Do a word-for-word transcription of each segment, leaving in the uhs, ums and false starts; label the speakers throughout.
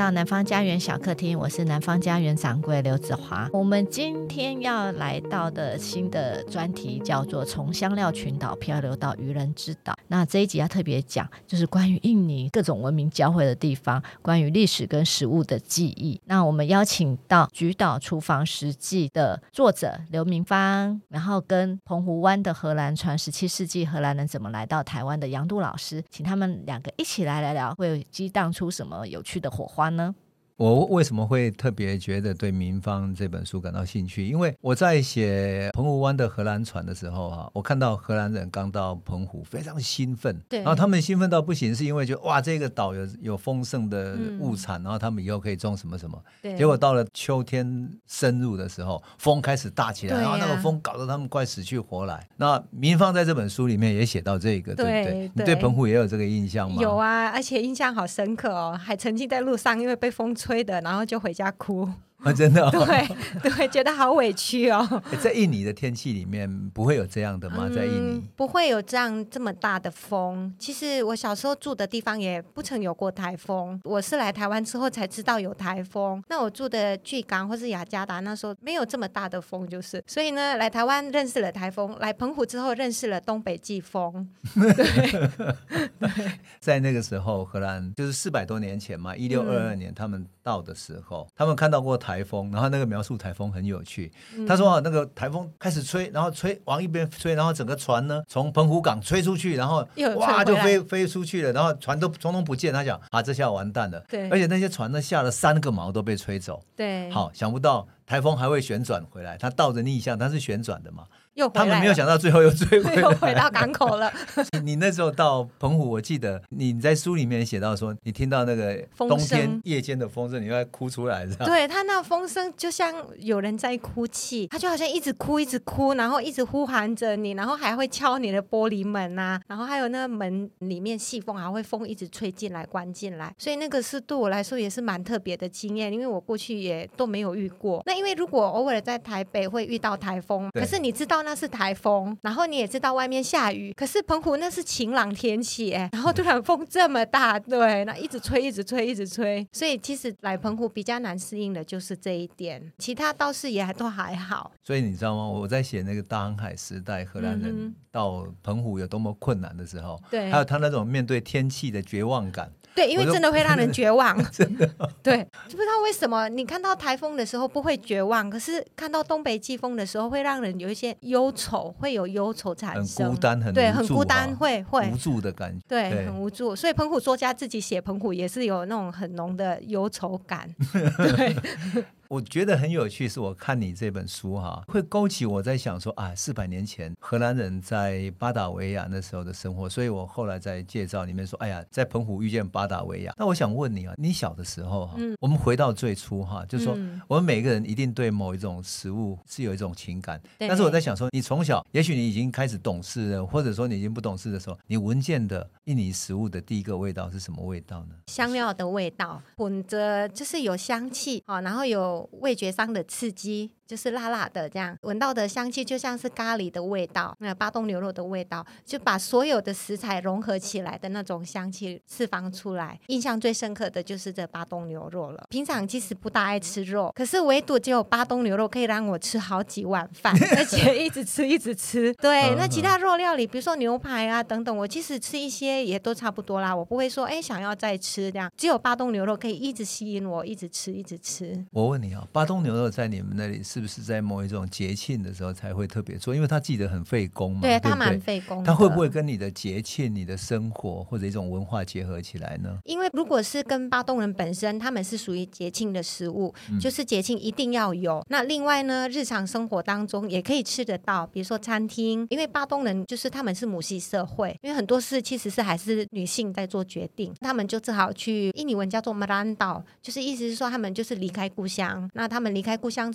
Speaker 1: 到南方家园小客厅，我是南方家园掌柜刘子华。我们今天要来到的新的专题叫做从香料群岛漂流到渔人之岛。那这一集要特别讲就是关于印尼各种文明交汇的地方，关于历史跟食物的记忆。那我们邀请到菊岛厨房食记的作者刘明芳，然后跟澎湖湾的荷兰船十七世纪荷兰人怎么来到台湾的杨度老师，请他们两个一起来聊聊会激荡出什么有趣的火花呢？
Speaker 2: 我为什么会特别觉得对明芳这本书感到兴趣？因为我在写澎湖湾的荷兰船的时候、啊、我看到荷兰人刚到澎湖非常兴奋，然后他们兴奋到不行，是因为就哇这个岛有有丰盛的物产、嗯、然后他们以后可以种什么什么。结果到了秋天深入的时候，风开始大起来、啊、然后那个风搞得他们快死去活来。那明芳在这本书里面也写到这个， 对, 对不对？你对澎湖也有这个印象吗？
Speaker 3: 有啊，而且印象好深刻哦，还曾经在路上因为被风吹的，然后就回家哭。
Speaker 2: 啊、真的、哦、
Speaker 3: 对对，觉得好委屈哦。
Speaker 2: 在印尼的天气里面不会有这样的吗？在印尼、嗯、
Speaker 3: 不会有这样这么大的风。其实我小时候住的地方也不曾有过台风，我是来台湾之后才知道有台风。那我住的巨港或是雅加达那时候没有这么大的风，就是所以呢来台湾认识了台风，来澎湖之后认识了东北季风。对
Speaker 2: 对，在那个时候荷兰就是四百多年前嘛，一六二二年他们到的时候、嗯、他们看到过台风，然后那个描述台风很有趣、嗯、他说、啊、那个台风开始吹，然后吹往一边吹，然后整个船呢从澎湖港吹出去，然后哇就飞飞出去了，然后船都统统不见。他讲啊这下完蛋了。对，而且那些船呢下了三个锚都被吹走。对，好，想不到台风还会旋转回来，它倒着逆向，它是旋转的嘛，
Speaker 3: 又回来了，
Speaker 2: 他们没有想到最后又追回来，
Speaker 3: 又回到港口了。
Speaker 2: 你那时候到澎湖，我记得你在书里面写到说你听到那个冬天夜间的风声你会哭出来，是吧？
Speaker 3: 对，他那风声就像有人在哭泣，他就好像一直哭一直哭，然后一直呼喊着你，然后还会敲你的玻璃门啊，然后还有那个门里面细缝还会风一直吹进来关进来，所以那个是对我来说也是蛮特别的经验，因为我过去也都没有遇过。那因为如果偶尔在台北会遇到台风，可是你知道那是台风，然后你也知道外面下雨，可是澎湖那是晴朗天气，然后突然风这么大，对，那一直吹一直吹一直吹，所以其实来澎湖比较难适应的就是这一点，其他倒是也都还好。
Speaker 2: 所以你知道吗，我在写那个大航海时代荷兰人到澎湖有多么困难的时候、嗯、还有他那种面对天气的绝望感。
Speaker 3: 对，因为真的会让人绝望。
Speaker 2: 真的、哦、
Speaker 3: 对，不知道为什么你看到台风的时候不会绝望，可是看到东北季风的时候会让人有一些忧愁，会有忧愁产生，
Speaker 2: 很孤单，很无助，
Speaker 3: 对，很孤单，会会
Speaker 2: 无助的感觉。
Speaker 3: 对, 对，很无助。所以澎湖作家自己写澎湖也是有那种很浓的忧愁感。对。
Speaker 2: 我觉得很有趣，是我看你这本书哈，会勾起我在想说啊，四百年前荷兰人在巴达维亚那时候的生活，所以我后来在介绍里面说，哎呀，在澎湖遇见巴达维亚。那我想问你啊，你小的时候哈、嗯，我们回到最初哈，就是说、嗯、我们每个人一定对某一种食物是有一种情感，但是我在想说，你从小，也许你已经开始懂事了，或者说你已经不懂事的时候，你闻见的印尼食物的第一个味道是什么味道呢？
Speaker 3: 香料的味道，混着就是有香气，然后有味觉上的刺激，就是辣辣的，这样闻到的香气就像是咖喱的味道，那巴东牛肉的味道，就把所有的食材融合起来的那种香气释放出来。印象最深刻的就是这巴东牛肉了。平常其实不大爱吃肉，可是唯独只有巴东牛肉可以让我吃好几碗饭，而且一直吃一直吃。对，那其他肉料理比如说牛排啊等等，我其实吃一些也都差不多啦，我不会说哎想要再吃这样，只有巴东牛肉可以一直吸引我一直吃一直吃。
Speaker 2: 我问你啊，巴东牛肉在你们那里是不是在某一种节庆的时候才会特别做？因为它记得很费工嘛。
Speaker 3: 对，它蛮费工的。
Speaker 2: 它会不会跟你的节庆、你的生活或者一种文化结合起来呢？
Speaker 3: 因为如果是跟巴东人本身，他们是属于节庆的食物、嗯、就是节庆一定要有。那另外呢，日常生活当中也可以吃得到，比如说餐厅，因为巴东人就是他们是母系社会，因为很多事其实是还是女性在做决定，他们就只好去，印尼文叫做 merantau， 就是意思是说他们就是离开故乡，那他们离开故乡之后就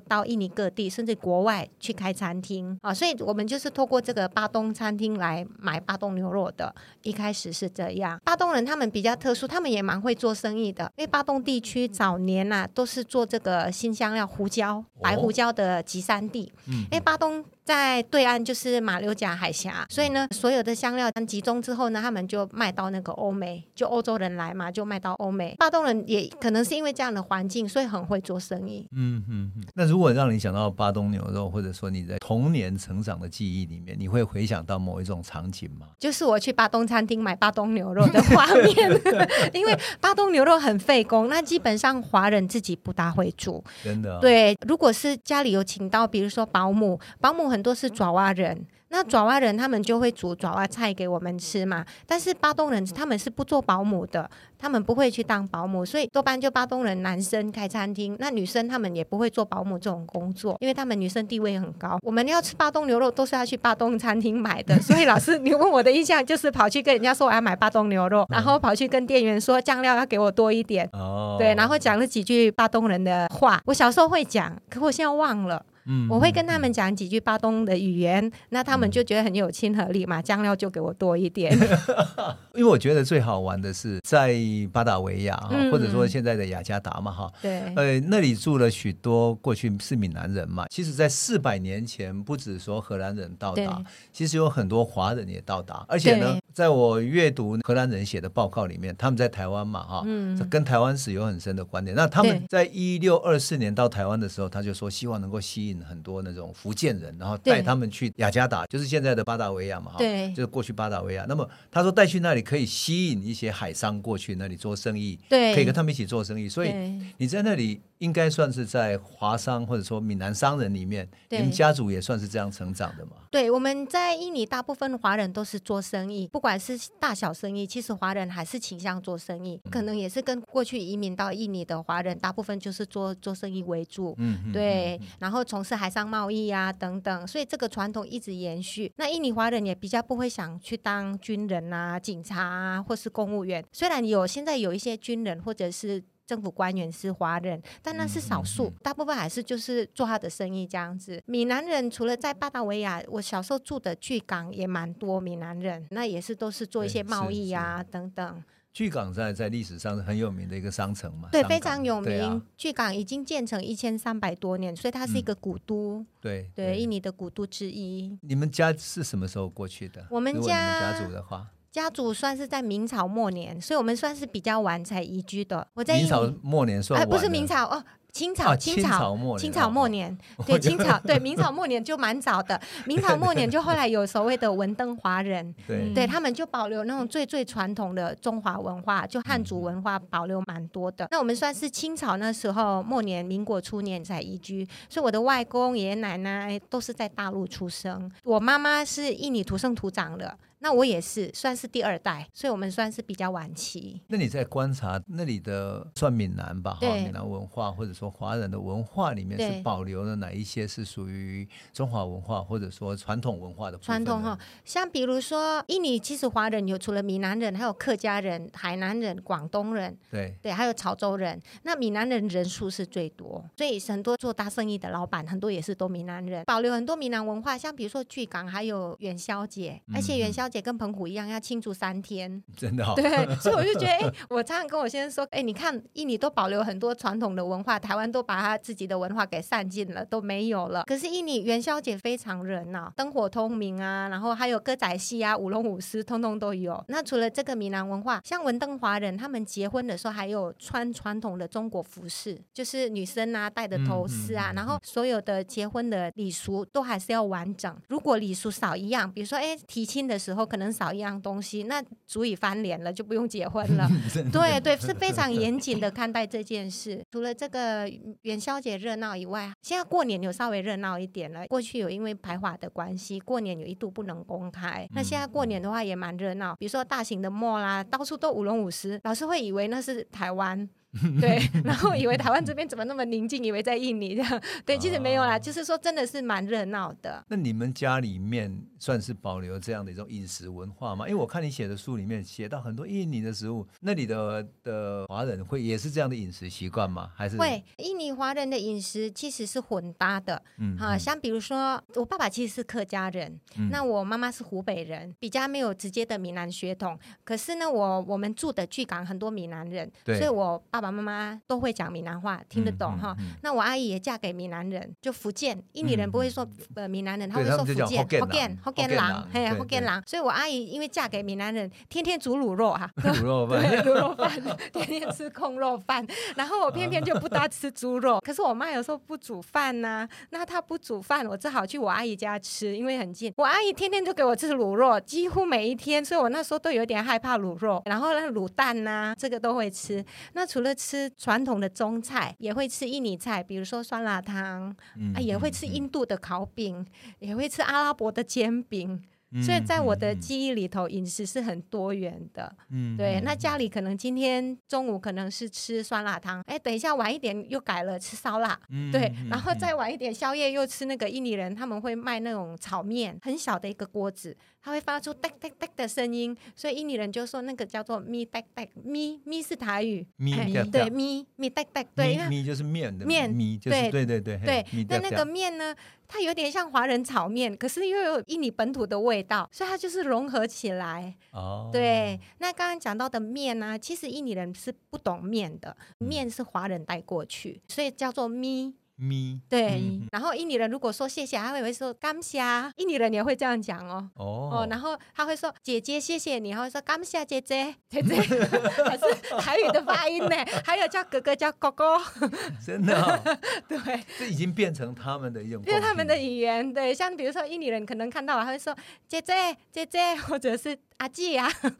Speaker 3: 到印尼各地甚至国外去开餐厅啊，所以我们就是透过这个巴东餐厅来买巴东牛肉的，一开始是这样。巴东人他们比较特殊，他们也蛮会做生意的，因为巴东地区早年啊都是做这个新香料胡椒、白胡椒的集散地，哦、因为巴东在对岸就是马六甲海峡，所以呢所有的香料集中之后呢，他们就卖到那个欧美，就欧洲人来嘛，就卖到欧美。巴东人也可能是因为这样的环境，所以很会做生意。
Speaker 2: 嗯嗯嗯。那如果让你想到巴东牛肉，或者说你在童年成长的记忆里面，你会回想到某一种场景吗？
Speaker 3: 就是我去巴东餐厅买巴东牛肉的画面因为巴东牛肉很费工，那基本上华人自己不大会煮。
Speaker 2: 真的、哦、
Speaker 3: 对，如果是家里有请到比如说保姆，保姆很多是爪哇人，那爪哇人他们就会煮爪哇菜给我们吃嘛，但是巴东人他们是不做保姆的，他们不会去当保姆，所以多半就巴东人男生开餐厅，那女生他们也不会做保姆这种工作，因为他们女生地位很高。我们要吃巴东牛肉都是要去巴东餐厅买的，所以老师你问我的印象就是跑去跟人家说我要买巴东牛肉，然后跑去跟店员说酱料要给我多一点、哦、对，然后讲了几句巴东人的话，我小时候会讲，可我现在忘了。嗯、我会跟他们讲几句巴东的语言，那他们就觉得很有亲和力嘛，酱料就给我多一点
Speaker 2: 因为我觉得最好玩的是在巴达维亚、嗯、或者说现在的雅加达嘛，对，呃，那里住了许多过去是闽南人嘛，其实在四百年前不止说荷兰人到达，其实有很多华人也到达，而且呢在我阅读荷兰人写的报告里面，他们在台湾嘛哈、嗯，跟台湾史有很深的关联。那他们在一六二四年到台湾的时候，他就说希望能够吸引很多那种福建人，然后带他们去雅加达，就是现在的巴达维亚嘛，对，就是过去巴达维亚。那么他说带去那里可以吸引一些海商过去那里做生意，对，可以跟他们一起做生意。所以你在那里应该算是在华商或者说闽南商人里面，你们家族也算是这样成长的嘛？
Speaker 3: 对，我们在印尼大部分华人都是做生意，不管是大小生意，其实华人还是倾向做生意，可能也是跟过去移民到印尼的华人大部分就是做做生意为主，嗯，对，嗯，然后从事海上贸易啊等等，所以这个传统一直延续。那印尼华人也比较不会想去当军人啊、警察啊或是公务员，虽然有现在有一些军人或者是政府官员是华人，但那是少数，大部分还是就是做他的生意这样子。闽南人除了在巴达维亚，我小时候住的巨港也蛮多闽南人，那也是都是做一些贸易啊等等。
Speaker 2: 巨港在在历史上是很有名的一个商城嘛，
Speaker 3: 对，非常有名、啊、巨港已经建成一千三百多年，所以它是一个古都、嗯、对 对, 对，印尼的古都之一。
Speaker 2: 你们家是什么时候过去的？
Speaker 3: 我们家，如果你们
Speaker 2: 家族的话，
Speaker 3: 家族算是在明朝末年，所以我们算是比较晚才移居的。我在
Speaker 2: 明朝末年算晚、
Speaker 3: 哎、不是明朝哦，清朝、啊、清朝末年，清朝末年，哦、对，清朝对，明朝末年就蛮早的。明朝末年就后来有所谓的文登华人，对，对他们就保留那种最最传统的中华文化，就汉族文化保留蛮多的。嗯、那我们算是清朝那时候末年，民国初年才移居，所以我的外公、爷爷奶奶都是在大陆出生。我妈妈是印尼土生土长的。那我也是算是第二代，所以我们算是比较晚期。
Speaker 2: 那你在观察那里的算闽南吧，闽南文化或者说华人的文化里面是保留了哪一些是属于中华文化或者说传统文化的部分？
Speaker 3: 传统哈，像比如说印尼其实华人有除了闽南人，还有客家人、海南人、广东人，对对，还有潮州人。那闽南人人数是最多，所以很多做大生意的老板很多也是都闽南人，保留很多闽南文化，像比如说巨港还有元宵节，而且元宵节跟澎湖一样要庆祝三天，
Speaker 2: 真的、哦、
Speaker 3: 对，所以我就觉得哎，我常常跟我先生说，哎，你看印尼都保留很多传统的文化，台湾都把他自己的文化给散尽了，都没有了。可是印尼元宵节非常热闹，灯火通明啊，然后还有歌仔戏啊、舞龙舞狮通通都有。那除了这个闽南文化，像文登华人他们结婚的时候还有穿传统的中国服饰，就是女生啊戴的头饰啊、嗯嗯嗯、然后所有的结婚的礼俗都还是要完整。如果礼俗少一样，比如说哎提亲的时候可能少一样东西，那足以翻脸了，就不用结婚了对对，是非常严谨的看待这件事。除了这个元宵节热闹以外，现在过年有稍微热闹一点了，过去有因为排华的关系，过年有一度不能公开，那现在过年的话也蛮热闹，比如说大型的 mall 啦，到处都舞龙舞狮，老师会以为那是台湾对，然后以为台湾这边怎么那么宁静，以为在印尼这样，对，其实没有啦，哦、就是说真的是蛮热闹的。
Speaker 2: 那你们家里面算是保留这样的一种饮食文化吗？因为我看你写的书里面写到很多印尼的食物，那里的的华人会也是这样的饮食习惯吗？还是
Speaker 3: 会？印尼华人的饮食其实是混搭的，嗯，啊，像比如说我爸爸其实是客家人，嗯、那我妈妈是湖北人，比较没有直接的闽南血统，可是呢，我我们住的巨港很多闽南人，所以我爸爸妈妈都会讲闽南话，听得懂哈、嗯嗯嗯。那我阿姨也嫁给闽南人，就福建，印尼人不会说、嗯、呃闽南人，他会说福建，福建福建人，嘿，福建人。所以我阿姨因为嫁给闽南人，天天煮卤肉哈，
Speaker 2: 卤肉饭，
Speaker 3: 对，卤肉饭，天天吃控肉饭，然后我偏偏就不大吃猪肉，可是我妈有时候不煮饭呐、啊，那她不煮饭，我只好去我阿姨家吃，因为很近。我阿姨天天就给我吃卤肉，几乎每一天，所以我那时候都有点害怕卤肉。然后呢，卤蛋呐、啊，这个都会吃。那除了吃传统的中菜，也会吃印尼菜，比如说酸辣汤，嗯、啊，也会吃印度的烤饼，嗯、也会吃阿拉伯的煎饼。所以在我的记忆里头，饮食是很多元的。嗯，对。那家里可能今天中午可能是吃酸辣汤，哎，等一下晚一点又改了吃烧腊，嗯、对。然后再晚一点宵夜又吃那个印尼人他们会卖那种炒面，很小的一个锅子，它会发出哒哒哒的声音，所以印尼人就说那个叫做咪哒哒，咪咪是台语，
Speaker 2: 咪
Speaker 3: 对咪咪哒哒，对，
Speaker 2: 咪就是面的
Speaker 3: 面，
Speaker 2: 咪就是对对对
Speaker 3: 对。那那个面呢？它有点像华人炒面，可是又有印尼本土的味道，所以它就是融合起来。哦，对。那刚刚讲到的面呢、啊，其实印尼人是不懂面的，面是华人带过去，所以叫做咪。
Speaker 2: 咪
Speaker 3: 对、嗯，然后印尼人如果说谢谢，他会说感谢，印尼人也会这样讲哦。哦, 哦然后他会说姐姐谢谢你，他会说感谢姐姐，姐姐还是台语的发音呢。还有叫哥哥叫哥哥，
Speaker 2: 真的、哦，
Speaker 3: 对，
Speaker 2: 这已经变成他们的一种，
Speaker 3: 变成他们的语言。对，像比如说印尼人可能看到我，他会说姐姐姐姐，或者是阿姐啊，所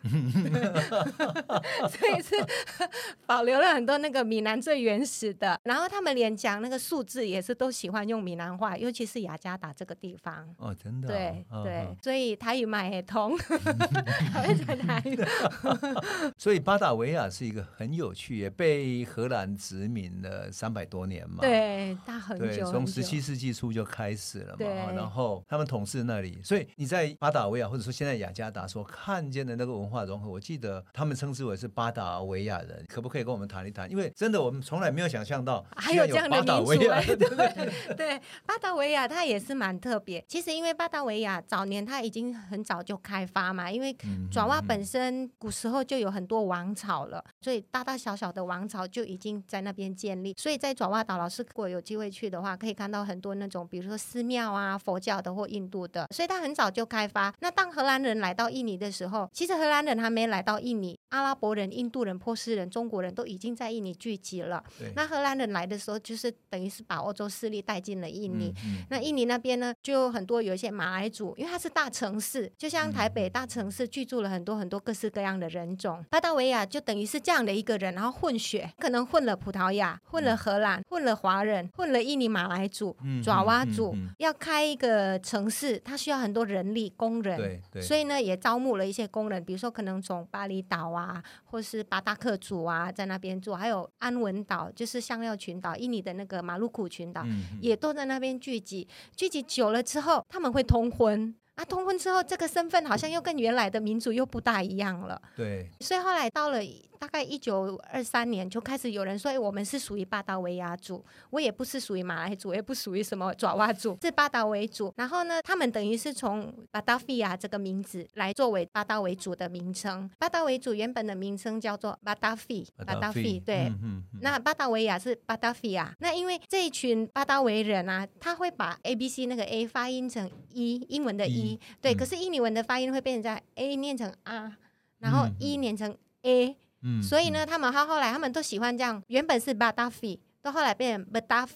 Speaker 3: 以是保留了很多那个闽南最原始的。然后他们连讲那个数字也是都喜欢用闽南话，尤其是雅加达这个地方。
Speaker 2: 哦，真的、哦，
Speaker 3: 对、
Speaker 2: 哦、
Speaker 3: 对、
Speaker 2: 哦，
Speaker 3: 所以台语嘛也通，还会讲台语。
Speaker 2: 所以巴达维亚是一个很有趣，也被荷兰殖民了三百多年嘛。
Speaker 3: 对，大很久很久，
Speaker 2: 从十七世纪初就开始了嘛。
Speaker 3: 对，
Speaker 2: 然后他们统治那里，所以你在巴达维亚或者说现在雅加达所看见的那个文化融合，我记得他们称之为是巴达维亚人，可不可以跟我们谈一谈？因为真的我们从来没有想象到
Speaker 3: 还有这样的民族。
Speaker 2: 对
Speaker 3: 对对，巴达维亚它也是蛮特别。其实因为巴达维亚早年它已经很早就开发嘛，因为爪哇本身古时候就有很多王朝了，所以大大小小的王朝就已经在那边建立。所以在爪哇岛，老师如果有机会去的话，可以看到很多那种比如说寺庙啊、佛教的或印度的，所以它很早就开发。那当荷兰人来到印尼的时候，其实荷兰人还没来到印尼，阿拉伯人、印度人、波斯人、中国人都已经在印尼聚集了。那荷兰人来的时候，就是等于是把欧洲势力带进了印尼、嗯嗯、那印尼那边呢就有很多有一些马来族，因为它是大城市，就像台北大城市居住了很多很多各式各样的人种。巴达维亚就等于是这样的一个人，然后混血，可能混了葡萄牙，混了荷兰，混了华人，混了印尼马来族、嗯、爪哇族、嗯嗯嗯、要开一个城市，它需要很多人力工人，
Speaker 2: 对对，
Speaker 3: 所以呢也招募了一些工人，比如说可能从巴厘岛啊或是巴达克族啊在那边做，还有安文岛就是香料群岛，印尼的那个马鲁库群岛、嗯、也都在那边聚集。聚集久了之后他们会通婚啊，通婚之后这个身份好像又跟原来的民族又不大一样了。
Speaker 2: 对，
Speaker 3: 所以后来到了大概一九二三年就开始有人说、欸、我们是属于巴达维亚族，我也不是属于马来族，也不属于什么爪哇族，是巴达维族。然后呢他们等于是从巴达菲亚这个名字来作为巴达维族的名称。巴达维族原本的名称叫做巴达菲，巴达菲，对、嗯嗯嗯、那巴达维亚是巴达菲亚。那因为这一群巴达维人啊，他会把 A B C 那个 A 发音成 E， 英文的 E， 对、嗯、可是印尼文的发音会变成在 A 念成 A， 然后 E 念成 A，嗯，所以呢他们后来他们都喜欢这样，原本是巴达菲，到后来变成巴达菲，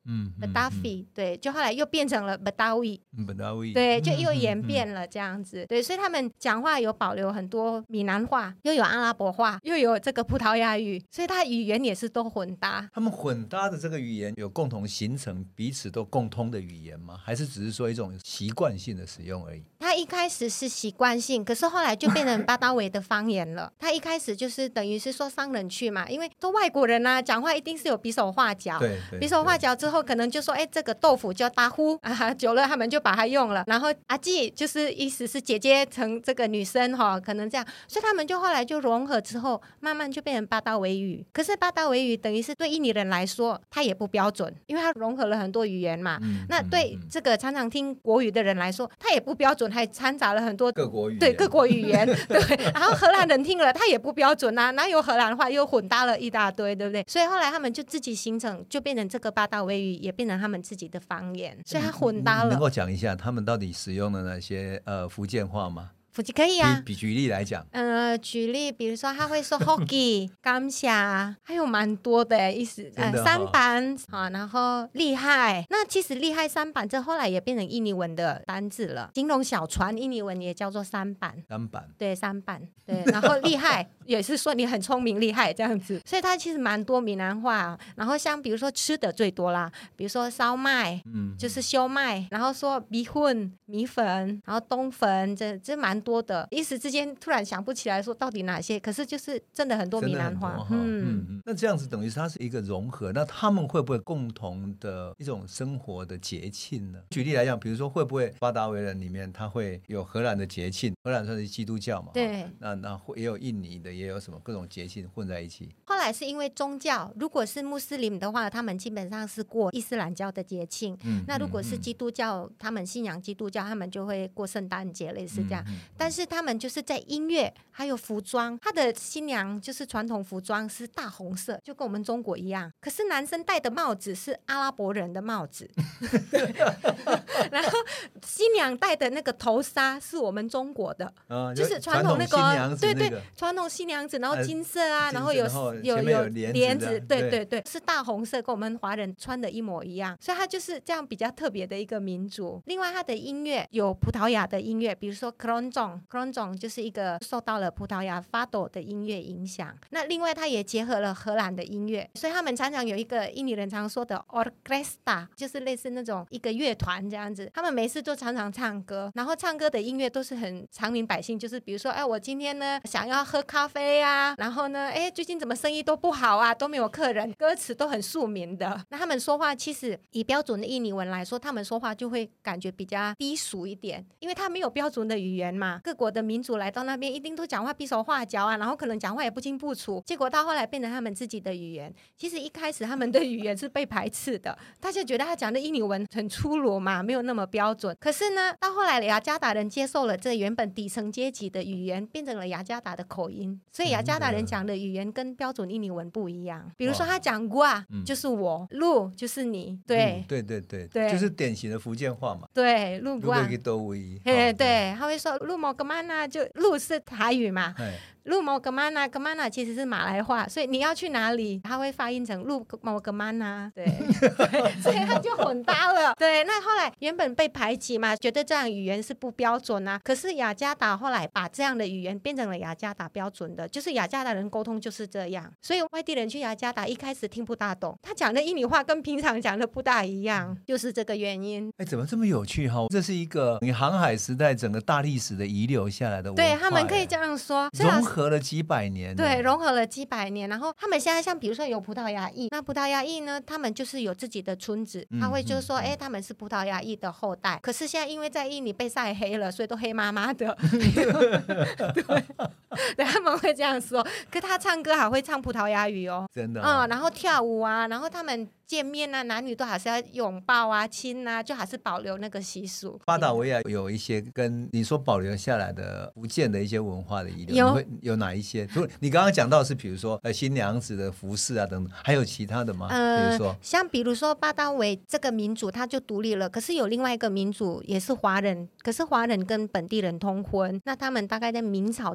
Speaker 2: 嗯
Speaker 3: Badawi 对，就后来又变成了 Badawi
Speaker 2: Badawi
Speaker 3: 对，就又演变了这样子、嗯、对，所以他们讲话有保留很多闽南话，又有阿拉伯话，又有这个葡萄牙语，所以他语言也是都混搭。
Speaker 2: 他们混搭的这个语言有共同形成彼此都共通的语言吗？还是只是说一种习惯性的使用而已？
Speaker 3: 他一开始是习惯性，可是后来就变成巴达维的方言了。他一开始就是等于是说商人去嘛，因为都外国人啊，讲话一定是有比手画脚，
Speaker 2: 对，
Speaker 3: 比手画脚之后可能就说哎，这个豆腐叫大呼啊，久了他们就把它用了。然后阿纪就是意思是姐姐成这个女生哈、哦，可能这样，所以他们就后来就融合之后，慢慢就变成巴达维语。可是巴达维语等于是对印尼人来说，它也不标准，因为它融合了很多语言嘛。嗯、那对这个常常听国语的人来说，它也不标准，还掺杂了很多
Speaker 2: 各国语言，
Speaker 3: 对各国语言对，然后荷兰人听了它也不标准啊，哪有荷兰话又混搭了一大堆，对不对？所以后来他们就自己形成，就变成这个巴达维语也变成他们自己的方言，所以它混搭了。
Speaker 2: 能够讲一下他们到底使用的那些呃福建话吗？
Speaker 3: 可以啊，
Speaker 2: 比, 比举例来讲，
Speaker 3: 呃，举例，比如说他会说 Hockey 感谢，还有蛮多的意思，呃，三板啊，然后厉害。那其实厉害三板，这后来也变成印尼文的单字了。形容小船，印尼文也叫做三板。
Speaker 2: 三板，
Speaker 3: 对，三板，对。然后厉害也是说你很聪明厉害这样子，所以它其实蛮多闽南话。然后像比如说吃的最多啦，比如说烧麦，嗯，就是烧麦，然后说米粉、米粉，然后冬粉，这这蛮多的，一时之间突然想不起来说到底哪些，可是就是真的很多闽南话。
Speaker 2: 嗯嗯，那这样子等于是它是一个融合，那他们会不会共同的一种生活的节庆呢？举例来讲，比如说会不会巴达维人里面他会有荷兰的节庆，荷兰算是基督教嘛，
Speaker 3: 对，
Speaker 2: 那那也有印尼的，也有什么各种节庆混在一起。
Speaker 3: 后来是因为宗教，如果是穆斯林的话，他们基本上是过伊斯兰教的节庆，嗯，那如果是基督教，嗯，他们信仰基督教，他们就会过圣诞节类似这样，嗯嗯，但是他们就是在音乐还有服装，他的新娘就是传统服装是大红色，就跟我们中国一样，可是男生戴的帽子是阿拉伯人的帽子然后新娘戴的那个头纱是我们中国的，嗯，就是传统那个，那个，对对，传统新娘子，然后金色啊，呃、然后有有有帘子，对对对，是大红色，跟我们华人穿的一模一样，所以它就是这样比较特别的一个民族。另外它的音乐有葡萄牙的音乐，比如说 Keroncong Keroncong 就是一个受到了葡萄牙 Fado 的音乐影响，那另外它也结合了荷兰的音乐，所以他们常常有一个印尼人常说的 Orkestra， 就是类似那种一个乐团这样子，他们每次都常常唱歌，然后唱歌的音乐都是很常民百姓，就是比如说哎，我今天呢想要喝咖啡啊，然后呢哎，最近怎么生意都不好啊，都没有客人，歌词都很庶民的。那他们说话其实以标准的印尼文来说，他们说话就会感觉比较低俗一点，因为他没有标准的语言嘛，各国的民族来到那边一定都讲话比手画脚啊，然后可能讲话也不清不楚，结果到后来变成他们自己的语言。其实一开始他们的语言是被排斥的，大家觉得他讲的印尼文很粗鲁嘛，没有那么标准。可是呢到后来雅加达人接受了这原本底层阶级的语言，变成了雅加达的口音，所以雅加达人讲的语言跟标准印尼文不一样。比如说他讲瓜、嗯、就是我，路就是你，对、
Speaker 2: 嗯、对对对对，就是典型的福建话嘛，
Speaker 3: 对，路瓜，对对，他会说路某个曼娜，就路是台语嘛，路某个曼娜，格曼娜其实是马来话，所以你要去哪里他会发音成路某个曼娜，对对，所以他就混搭了。对，那后来原本被排挤嘛，觉得这样语言是不标准啊，可是雅加达后来把这样的语言变成了雅加达标准的，就是雅加达人沟通就是这样，所以外地人去雅加达一开始听不大懂，他讲的印尼话跟平常讲的不大一样，就是这个原因。
Speaker 2: 哎，怎么这么有趣哈？这是一个你航海时代整个大历史的遗留下来的文化，
Speaker 3: 对，他们可以这样说，
Speaker 2: 融合了几百年，
Speaker 3: 对，融合了几百年。然后他们现在像比如说有葡萄牙裔，那葡萄牙裔呢，他们就是有自己的村子，他会就是说哎、嗯嗯，他们是葡萄牙裔的后代，可是现在因为在印尼被晒黑了，所以都黑麻麻的对, 对，他们会这样说。可他唱歌还会唱葡萄牙语哦，
Speaker 2: 真的、哦、
Speaker 3: 嗯，然后跳舞啊，然后他们见面啊，男女都还是要拥抱啊亲啊，就还是保留那个习俗。
Speaker 2: 巴达维亚有一些跟你说保留下来的福建的一些文化的遗留，有, 有哪一些？你刚刚讲到是比如说呃新娘子的服饰啊等等，还有其他的吗？呃、比如说
Speaker 3: 像比如说巴达维这个民族他就独立了，可是有另外一个民族也是华人，可是华人跟本地人通婚，那他们大概在明朝的时候就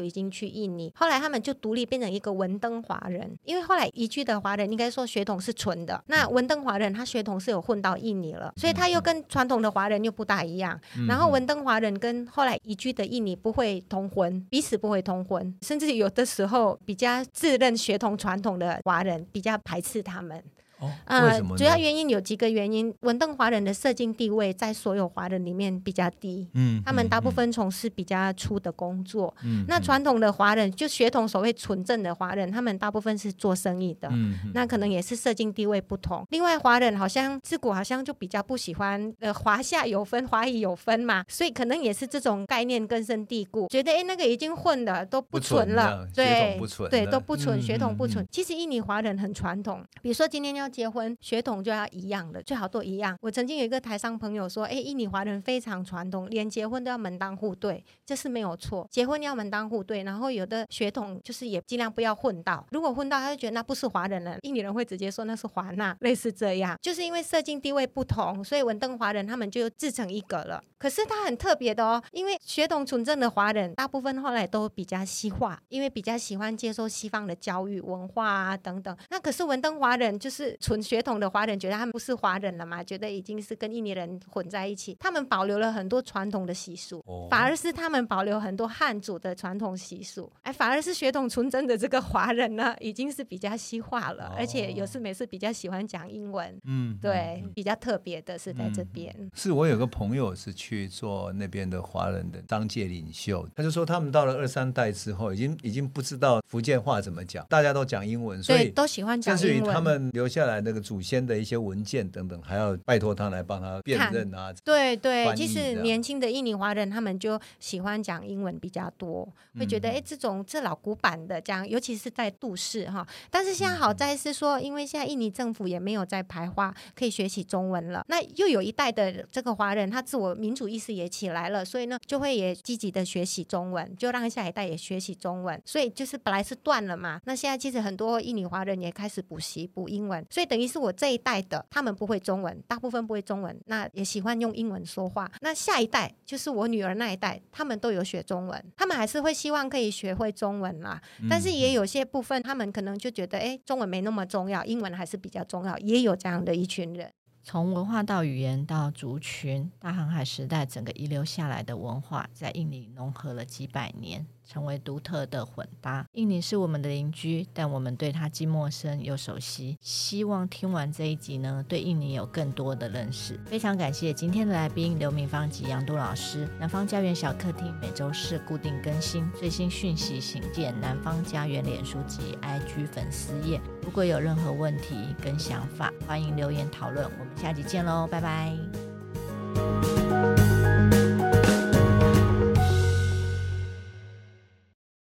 Speaker 3: 就已经去印尼，后来他们就独立变成一个文登华人，因为后来移居的华人应该说血统是纯的，那文登华人他血统是有混到印尼了，所以他又跟传统的华人又不大一样、嗯、然后文登华人跟后来移居的印尼不会通婚，彼此不会通婚，甚至有的时候比较自认血统传统的华人比较排斥他们。
Speaker 2: 哦、为什么呢？
Speaker 3: 呃、主要原因有几个原因，文登华人的社经地位在所有华人里面比较低，嗯，他们大部分从事比较粗的工作，嗯，那传统的华人就血统所谓纯正的华人，他们大部分是做生意的，嗯，那可能也是社经地位不同。另外华人好像自古好像就比较不喜欢呃华夏有分华夷有分嘛，所以可能也是这种概念根深蒂固，觉得哎那个已经混了都不纯了，
Speaker 2: 对，血统不纯，
Speaker 3: 对，都不纯、嗯、血统不纯、嗯、其实印尼华人很传统，比如说今天要结婚血统就要一样的，最好都一样。我曾经有一个台商朋友说，哎，印尼华人非常传统，连结婚都要门当户对，这是没有错，结婚要门当户对，然后有的血统就是也尽量不要混到，如果混到他就觉得那不是华人了，印尼人会直接说那是华纳，类似这样，就是因为社经地位不同，所以文登华人他们就自成一格了。可是他很特别的哦，因为血统纯正的华人大部分后来都比较西化，因为比较喜欢接受西方的教育文化啊等等，那可是文登华人就是纯血统的华人，觉得他们不是华人了嘛，觉得已经是跟印尼人混在一起，他们保留了很多传统的习俗、哦、反而是他们保留很多汉族的传统习俗，哎，反而是血统纯正的这个华人呢已经是比较西化了、哦、而且有时每次比较喜欢讲英文，嗯，对、嗯、比较特别的是在这边、嗯、
Speaker 2: 是我有个朋友是去做那边的华人的商界领袖，他就说他们到了二三代之后已经已经不知道福建话怎么讲，大家都讲英文，所以
Speaker 3: 都喜欢讲英文，
Speaker 2: 甚至于他们留下来那个祖先的一些文件等等还要拜托他来帮他辨认啊，
Speaker 3: 对对，其实年轻的印尼华人他们就喜欢讲英文比较多，会觉得哎、嗯，这种这老古板的这样，尤其是在都市哈。但是现在好在是说，因为现在印尼政府也没有在排华可以学习中文了，那又有一代的这个华人他自我民主意识也起来了，所以呢就会也积极的学习中文，就让下一代也学习中文，所以就是本来是断了嘛，那现在其实很多印尼华人也开始补习补英文，所以等于是我这一代的他们不会中文，大部分不会中文，那也喜欢用英文说话，那下一代就是我女儿那一代，他们都有学中文，他们还是会希望可以学会中文啦，但是也有些部分他们可能就觉得哎，中文没那么重要，英文还是比较重要，也有这样的一群人。
Speaker 1: 从文化到语言到族群，大航海时代整个遗留下来的文化在印尼融合了几百年，成为独特的混搭。印尼是我们的邻居，但我们对它既陌生又熟悉。希望听完这一集呢，对印尼有更多的认识。非常感谢今天的来宾刘明芳及杨都老师。南方家园小客厅每周四固定更新，最新讯息请见南方家园脸书及 I G 粉丝页。如果有任何问题跟想法，欢迎留言讨论。我们下集见喽，拜拜。